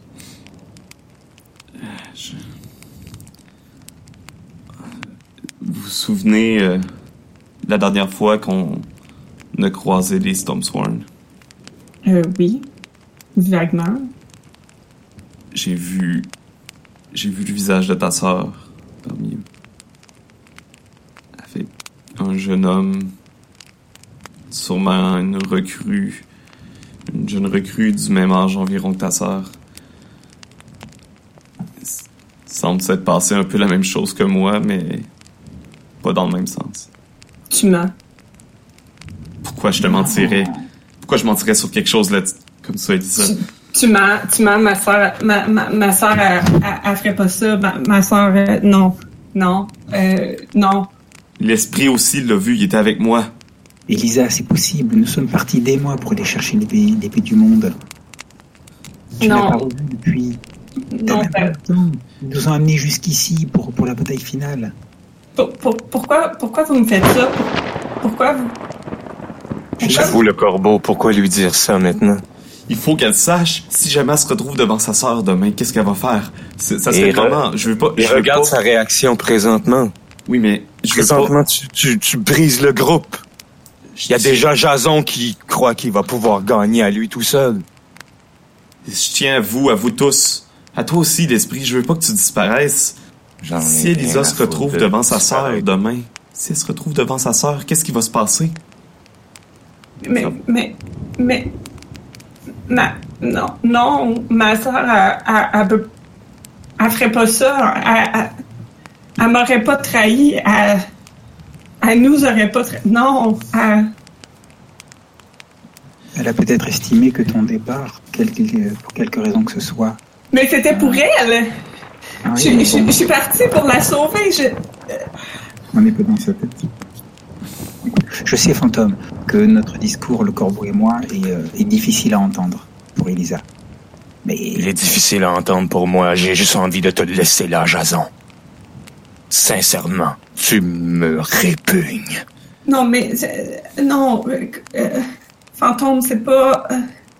Vous vous souvenez la dernière fois qu'on a croisé les Stormsworn? Oui. Vaguement. J'ai vu le visage de ta sœur parmi eux. Avec un jeune homme, sûrement une jeune recrue du même âge environ que ta sœur. Il semble s'être passé un peu la même chose que moi, mais pas dans le même sens. Tu mens. Pourquoi je te mentirais? Pourquoi je mentirais sur quelque chose là comme ça, Elisa? Tu mens, ma sœur, elle ferait pas ça. Ma sœur, non. Non. L'esprit aussi l'a vu, il était avec moi. Elisa, c'est possible. Nous sommes partis des mois pour aller chercher l'épée du monde. Tu n'as pas revu depuis. Non. Ils nous ont amenés jusqu'ici pour la bataille finale. Pourquoi vous me faites ça? Pourquoi vous... J'avoue, le corbeau, pourquoi lui dire ça maintenant? Il faut qu'elle sache, si jamais elle se retrouve devant sa sœur demain, qu'est-ce qu'elle va faire? Ça serait comment? Je veux pas... Regarde sa réaction présentement. Oui, mais... Présentement, tu brises le groupe. Il y a déjà Jason qui croit qu'il va pouvoir gagner à lui tout seul. Je tiens à vous tous. À toi aussi, l'esprit. Je veux pas que tu disparaisses. Si Elisa se retrouve devant sa sœur demain, si elle se retrouve devant sa sœur, qu'est-ce qui va se passer? Non, ma sœur, elle ferait pas ça. Elle m'aurait pas trahi. Elle nous aurait pas trahi. Non, Elle a peut-être estimé que ton départ, pour quelque raison que ce soit... Mais c'était pour elle. Ah oui, je suis partie pour la sauver. On n'est pas dans sa tête. Je sais, Fantôme, que notre discours, le corbeau et moi, est difficile à entendre pour Elisa. Mais... Il est difficile à entendre pour moi. J'ai juste envie de te laisser là, Jason. Sincèrement, tu me répugnes. Non, mais... non... Fantôme, c'est pas...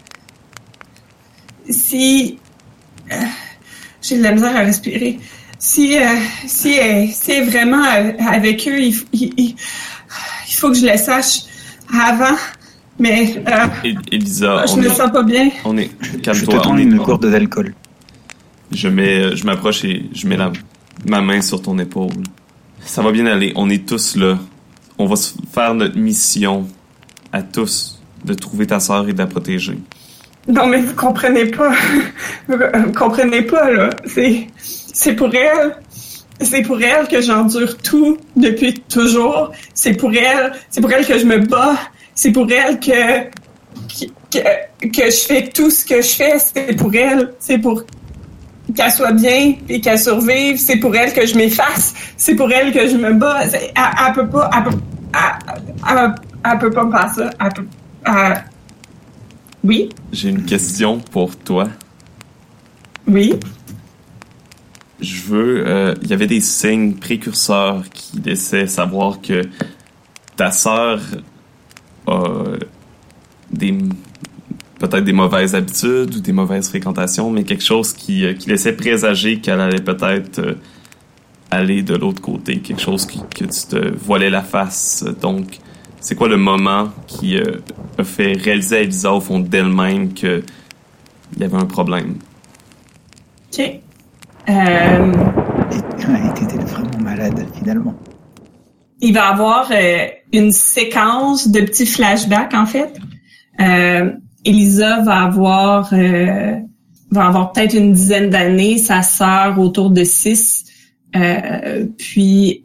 si... j'ai de la misère à respirer. Si est vraiment avec eux, il faut que je le sache avant. Mais... Elisa, je me sens pas bien. Calme-toi. Je te tends une gourde d'alcool. Je m'approche et je mets ma main sur ton épaule. Ça va bien aller. On est tous là. On va faire notre mission à tous de trouver ta sœur et de la protéger. Non, mais vous comprenez pas. Vous comprenez pas, là. C'est pour elle. C'est pour elle que j'endure tout depuis toujours. C'est pour elle que je me bats. C'est pour elle que je fais tout ce que je fais. C'est pour elle. C'est pour qu'elle soit bien et qu'elle survive. C'est pour elle que je m'efface. C'est pour elle que je me bats. Elle peut pas. Elle peut pas me faire ça. Oui? J'ai une question pour toi. Oui? Je veux... il y avait des signes précurseurs qui laissaient savoir que ta sœur a peut-être des mauvaises habitudes ou des mauvaises fréquentations, mais quelque chose qui laissait présager qu'elle allait peut-être aller de l'autre côté, quelque chose que tu te voilais la face. Donc, c'est quoi le moment qui a fait réaliser à Elisa au fond d'elle-même qu'il y avait un problème? OK. Et t'étais vraiment malade, finalement. Il va avoir une séquence de petits flashbacks, en fait. Elisa va avoir peut-être une dizaine d'années, sa sœur autour de 6. Puis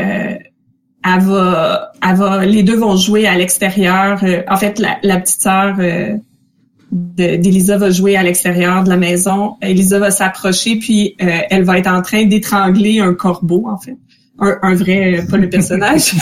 les deux vont jouer à l'extérieur. En fait, la petite sœur d'Elisa va jouer à l'extérieur de la maison. Elisa va s'approcher, puis elle va être en train d'étrangler un corbeau, en fait. Un vrai, pas le personnage.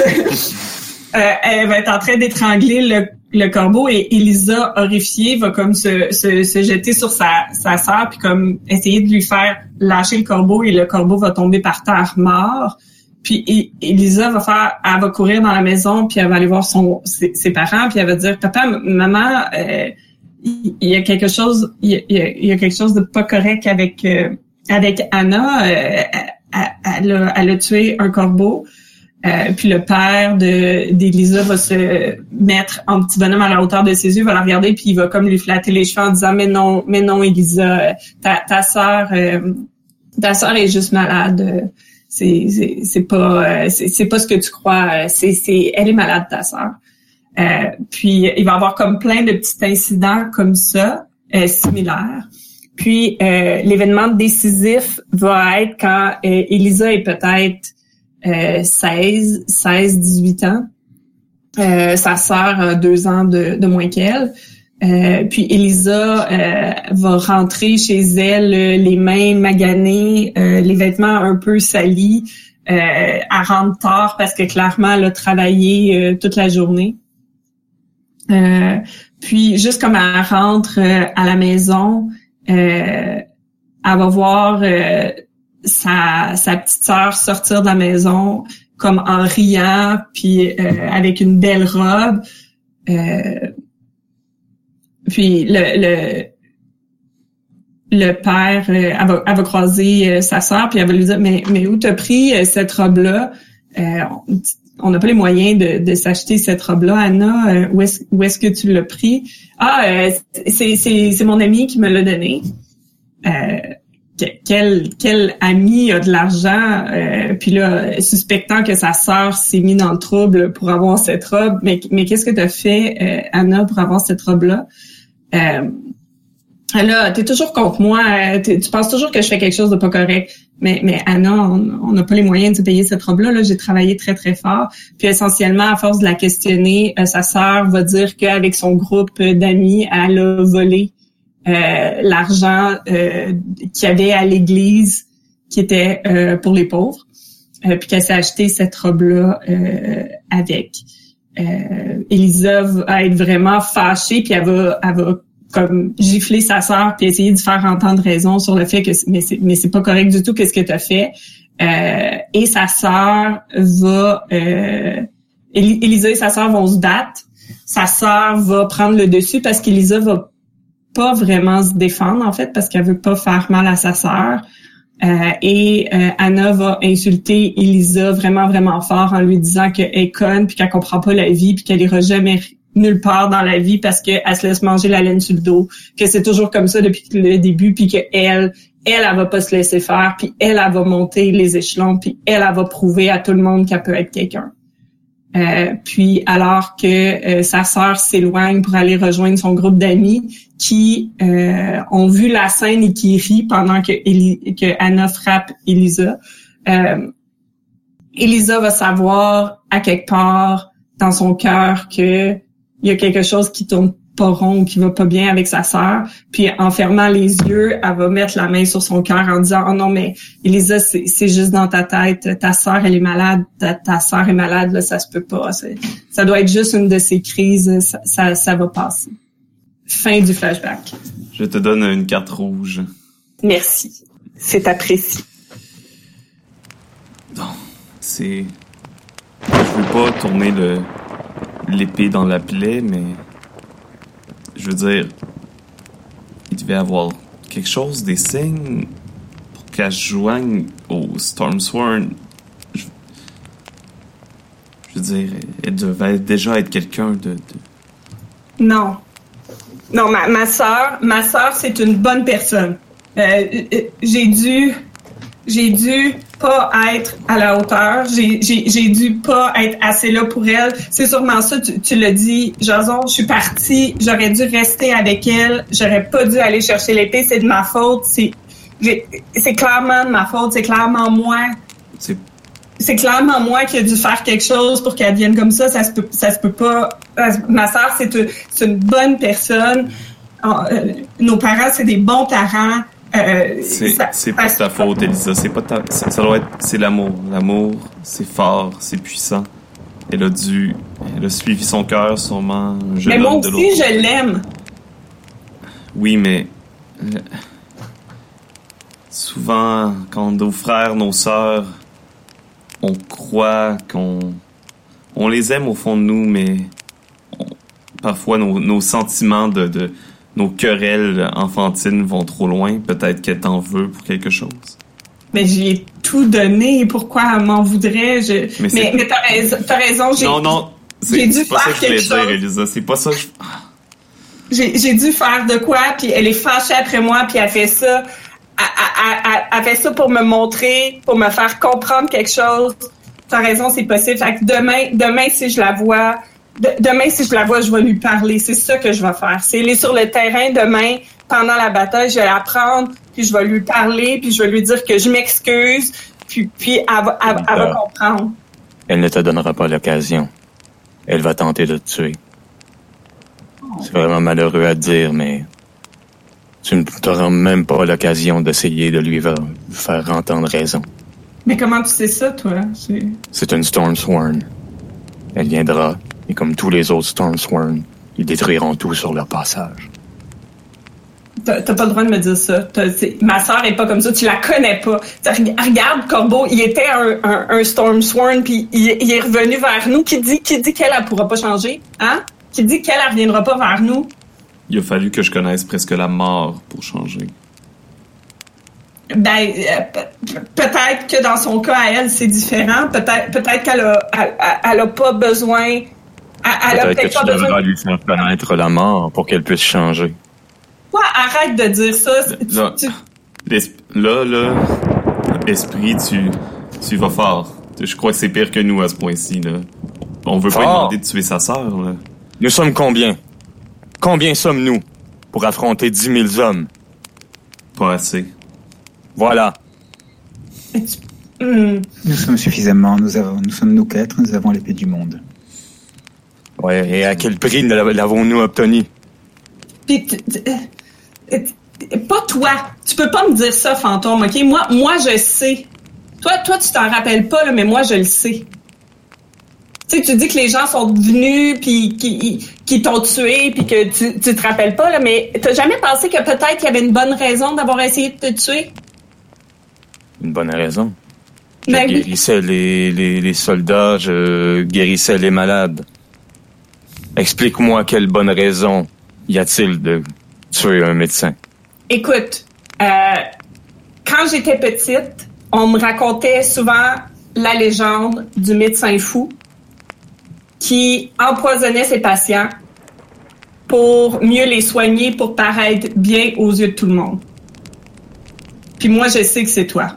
Elle va être en train d'étrangler le corbeau et Elisa, horrifiée, va comme se jeter sur sa sœur puis comme essayer de lui faire lâcher le corbeau et le corbeau va tomber par terre mort. Puis Elisa elle va courir dans la maison puis elle va aller voir ses parents puis elle va dire papa, maman, il y a quelque chose de pas correct avec Anna. Elle a tué un corbeau. Puis le père d'Elisa va se mettre en petit bonhomme à la hauteur de ses yeux, va la regarder puis il va comme lui flatter les cheveux en disant mais non Elisa, ta sœur est juste malade. C'est pas ce que tu crois. Elle est malade, ta sœur. Puis il va y avoir comme plein de petits incidents comme ça, similaires. Puis l'événement décisif va être quand Elisa est peut-être 16-18 ans. Sa sœur a 2 ans de moins qu'elle. Puis Elisa va rentrer chez elle les mains maganées, les vêtements un peu salis. Elle rentre tard parce que clairement elle a travaillé toute la journée. Puis juste comme elle rentre à la maison, elle va voir sa petite sœur sortir de la maison comme en riant puis avec une belle robe. Puis le père, elle va croiser sa sœur puis elle va lui dire mais où t'as pris cette robe-là? On n'a pas les moyens de s'acheter cette robe-là, Anna. Où est-ce que tu l'as pris? C'est mon ami qui me l'a donné. Quel ami a de l'argent, puis là, suspectant que sa sœur s'est mise dans le trouble pour avoir cette robe. Mais qu'est-ce que t'as fait, Anna, pour avoir cette robe-là? Là, t'es toujours contre moi. Tu penses toujours que je fais quelque chose de pas correct. Mais Anna, on n'a pas les moyens de se payer cette robe-là. Là, j'ai travaillé très, très fort. Puis essentiellement, à force de la questionner, sa sœur va dire qu'avec son groupe d'amis, elle a volé l'argent qu'il y avait à l'église qui était pour les pauvres, puis qu'elle s'est acheté cette robe-là avec. Elisa va être vraiment fâchée, puis elle va comme gifler sa sœur, puis essayer de faire entendre raison sur le fait que mais c'est pas correct du tout qu'est-ce que t'as fait. Et sa sœur va Elisa et sa sœur vont se battre. Sa sœur va prendre le dessus parce qu'Elisa va pas vraiment se défendre en fait parce qu'elle veut pas faire mal à sa sœur. Et Anna va insulter Elisa vraiment vraiment fort en lui disant qu'elle est conne puis qu'elle comprend pas la vie puis qu'elle ira jamais nulle part dans la vie parce qu'elle se laisse manger la laine sur le dos, que c'est toujours comme ça depuis le début puis que elle va pas se laisser faire puis elle va monter les échelons puis elle va prouver à tout le monde qu'elle peut être quelqu'un. Puis alors que sa sœur s'éloigne pour aller rejoindre son groupe d'amis qui ont vu la scène et qui rient pendant que Anna frappe Elisa. Elisa va savoir à quelque part dans son cœur que il y a quelque chose qui tourne pas rond, qui va pas bien avec sa sœur. Puis en fermant les yeux, elle va mettre la main sur son cœur en disant « Oh non, mais Elisa, c'est juste dans ta tête. Ta sœur, elle est malade. Ta sœur est malade. Là, ça se peut pas. Ça doit être juste une de ces crises. Ça va passer. » Fin du flashback. Je te donne une carte rouge. Merci. C'est apprécié. Non, c'est... Je veux pas tourner l'épée dans la plaie, mais... Je veux dire... Il devait avoir quelque chose, des signes... pour qu'elle se joigne au Stormsworn. Je veux dire, elle devait déjà être quelqu'un de... Non. Non, ma sœur, c'est une bonne personne. J'ai dû pas être à la hauteur. J'ai dû pas être assez là pour elle. C'est sûrement ça, tu l'as dit, Jason, je suis partie, j'aurais dû rester avec elle, j'aurais pas dû aller chercher l'épée, c'est de ma faute, c'est clairement de ma faute, c'est clairement moi. C'est clairement moi qui ai dû faire quelque chose pour qu'elle devienne comme ça. Ça se peut pas. Ma sœur, c'est une bonne personne. Nos parents, c'est des bons parents. C'est pas ta faute, Elisa. C'est pas ça doit être. C'est l'amour. L'amour, c'est fort, c'est puissant. Elle a suivi son cœur, sûrement. Mais moi aussi, je l'aime. Oui, mais souvent, quand nos frères, nos sœurs, on croit on les aime au fond de nous, mais parfois nos sentiments de nos querelles enfantines vont trop loin. Peut-être qu'elle t'en veut pour quelque chose. Mais j'y ai tout donné. Pourquoi elle m'en voudrait? Mais t'as raison. J'ai dû faire quelque chose. C'est pas ça que je voulais dire, Elisa. C'est pas ça que j'ai dû faire de quoi, puis elle est fâchée après moi, puis elle fait ça. Elle fait ça pour me montrer, pour me faire comprendre quelque chose. T'as raison, c'est possible. Fait que demain, si je la vois, je vais lui parler. C'est ça que je vais faire. Si elle est sur le terrain demain, pendant la bataille, je vais la prendre, puis je vais lui parler, puis je vais lui dire que je m'excuse, puis elle va comprendre. Elle ne te donnera pas l'occasion. Elle va tenter de te tuer. C'est vraiment malheureux à dire, mais tu ne t'auras même pas l'occasion d'essayer de lui faire entendre raison. Mais comment tu sais ça, toi? C'est une Stormsworn. Elle viendra, et comme tous les autres Stormsworn, ils détruiront tout sur leur passage. T'as pas le droit de me dire ça. Ma sœur est pas comme ça, tu la connais pas. Regarde, Corbeau, il était un Stormsworn, puis il est revenu vers nous. Qui dit qu'elle pourra pas changer? Hein? Qui dit qu'elle reviendra pas vers nous? Il a fallu que je connaisse presque la mort pour changer. Ben, peut-être que dans son cas, à elle, c'est différent. Peut-être qu'elle a pas besoin... Peut-être que tu devras lui faire connaître la mort pour qu'elle puisse changer. Ouais, arrête de dire ça. Là, esprit, tu vas fort. Je crois que c'est pire que nous à ce point-ci, là. On veut pas lui demander de tuer sa sœur, là. Nous sommes combien? Combien sommes-nous pour affronter 10 000 hommes? Pas assez. Voilà. Nous sommes suffisamment. Nous sommes nous 4, nous avons l'épée du monde. Ouais, et à quel prix l'avons-nous obtenu? Puis, pas toi. Tu peux pas me dire ça, fantôme, ok? Moi, je sais. Toi, tu t'en rappelles pas, là, mais moi, je le sais. Tu sais, tu dis que les gens sont venus puis qui t'ont tué puis que tu te rappelles pas, là, mais t'as jamais pensé que peut-être il y avait une bonne raison d'avoir essayé de te tuer? Une bonne raison. Je Ben oui. guérissais les soldats, je guérissais les malades. Explique-moi quelle bonne raison y a-t-il de tuer un médecin? Écoute, quand j'étais petite, on me racontait souvent la légende du médecin fou qui empoisonnait ses patients pour mieux les soigner, pour paraître bien aux yeux de tout le monde. Puis moi, je sais que c'est toi.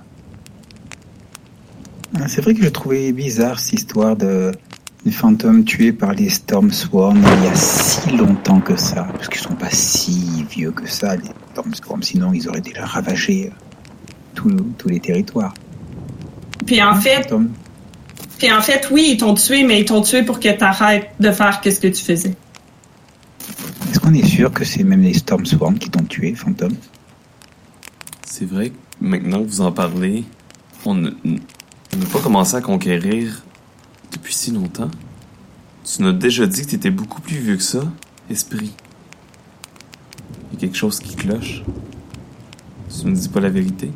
C'est vrai que je trouvais bizarre cette histoire de fantôme tué par les Stormsworn il y a si longtemps que ça, parce qu'ils sont pas si vieux que ça, les Stormsworn, sinon ils auraient déjà ravagé tous les territoires. Puis en fait, oui, ils t'ont tué, mais ils t'ont tué pour que t'arrêtes de faire ce que tu faisais. Est-ce qu'on est sûr que c'est même les Stormsworn qui t'ont tué, fantôme? C'est vrai que maintenant que vous en parlez, on n'a pas commencé à conquérir depuis si longtemps. Tu m'as déjà dit que t'étais beaucoup plus vieux que ça, esprit. Il y a quelque chose qui cloche. Tu me dis pas la vérité?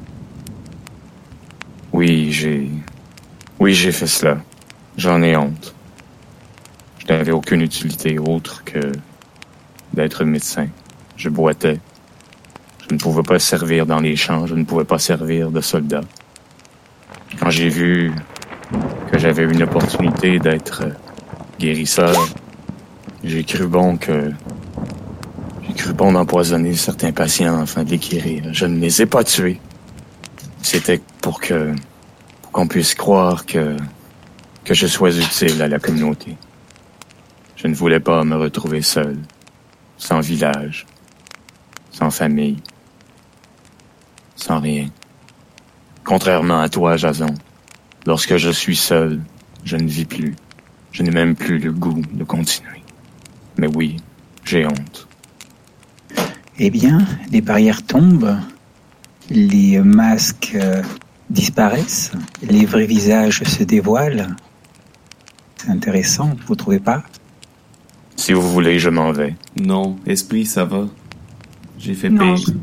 Oui, j'ai fait cela. J'en ai honte. Je n'avais aucune utilité autre que d'être médecin. Je boitais. Je ne pouvais pas servir dans les champs, je ne pouvais pas servir de soldat. Quand j'ai vu que j'avais une opportunité d'être guérisseur, j'ai cru bon d'empoisonner certains patients afin de les guérir. Je ne les ai pas tués. C'était pour qu'on puisse croire que je sois utile à la communauté. Je ne voulais pas me retrouver seul, sans village, sans famille, sans rien. Contrairement à toi, Jason, lorsque je suis seul, je ne vis plus. Je n'ai même plus le goût de continuer. Mais oui, j'ai honte. Eh bien, les barrières tombent, les masques disparaissent, les vrais visages se dévoilent. C'est intéressant, vous trouvez pas? Si vous voulez, je m'en vais. Non, esprit, ça va. J'ai fait Non. pire.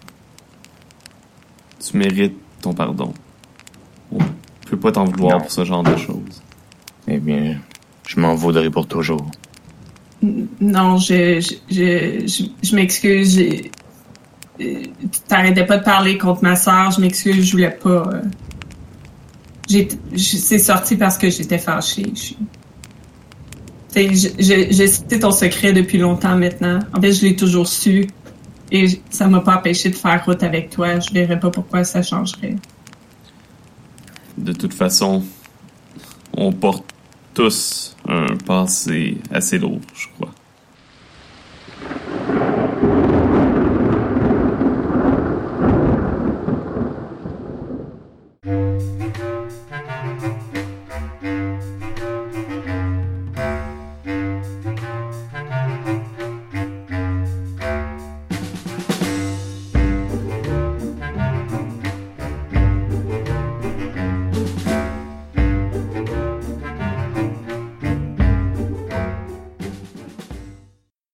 Tu mérites ton pardon. On peut pas t'en vouloir Non. pour ce genre de choses. Eh bien, je m'en voudrais pour toujours. Non, je m'excuse. T'arrêtais pas de parler contre ma sœur. Je m'excuse, je voulais pas. C'est sorti parce que j'étais fâchée. Je sais ton secret depuis longtemps maintenant. En fait, je l'ai toujours su. Et ça m'a pas empêché de faire route avec toi. Je verrais pas pourquoi ça changerait. De toute façon, on porte tous un passé assez lourd, je crois.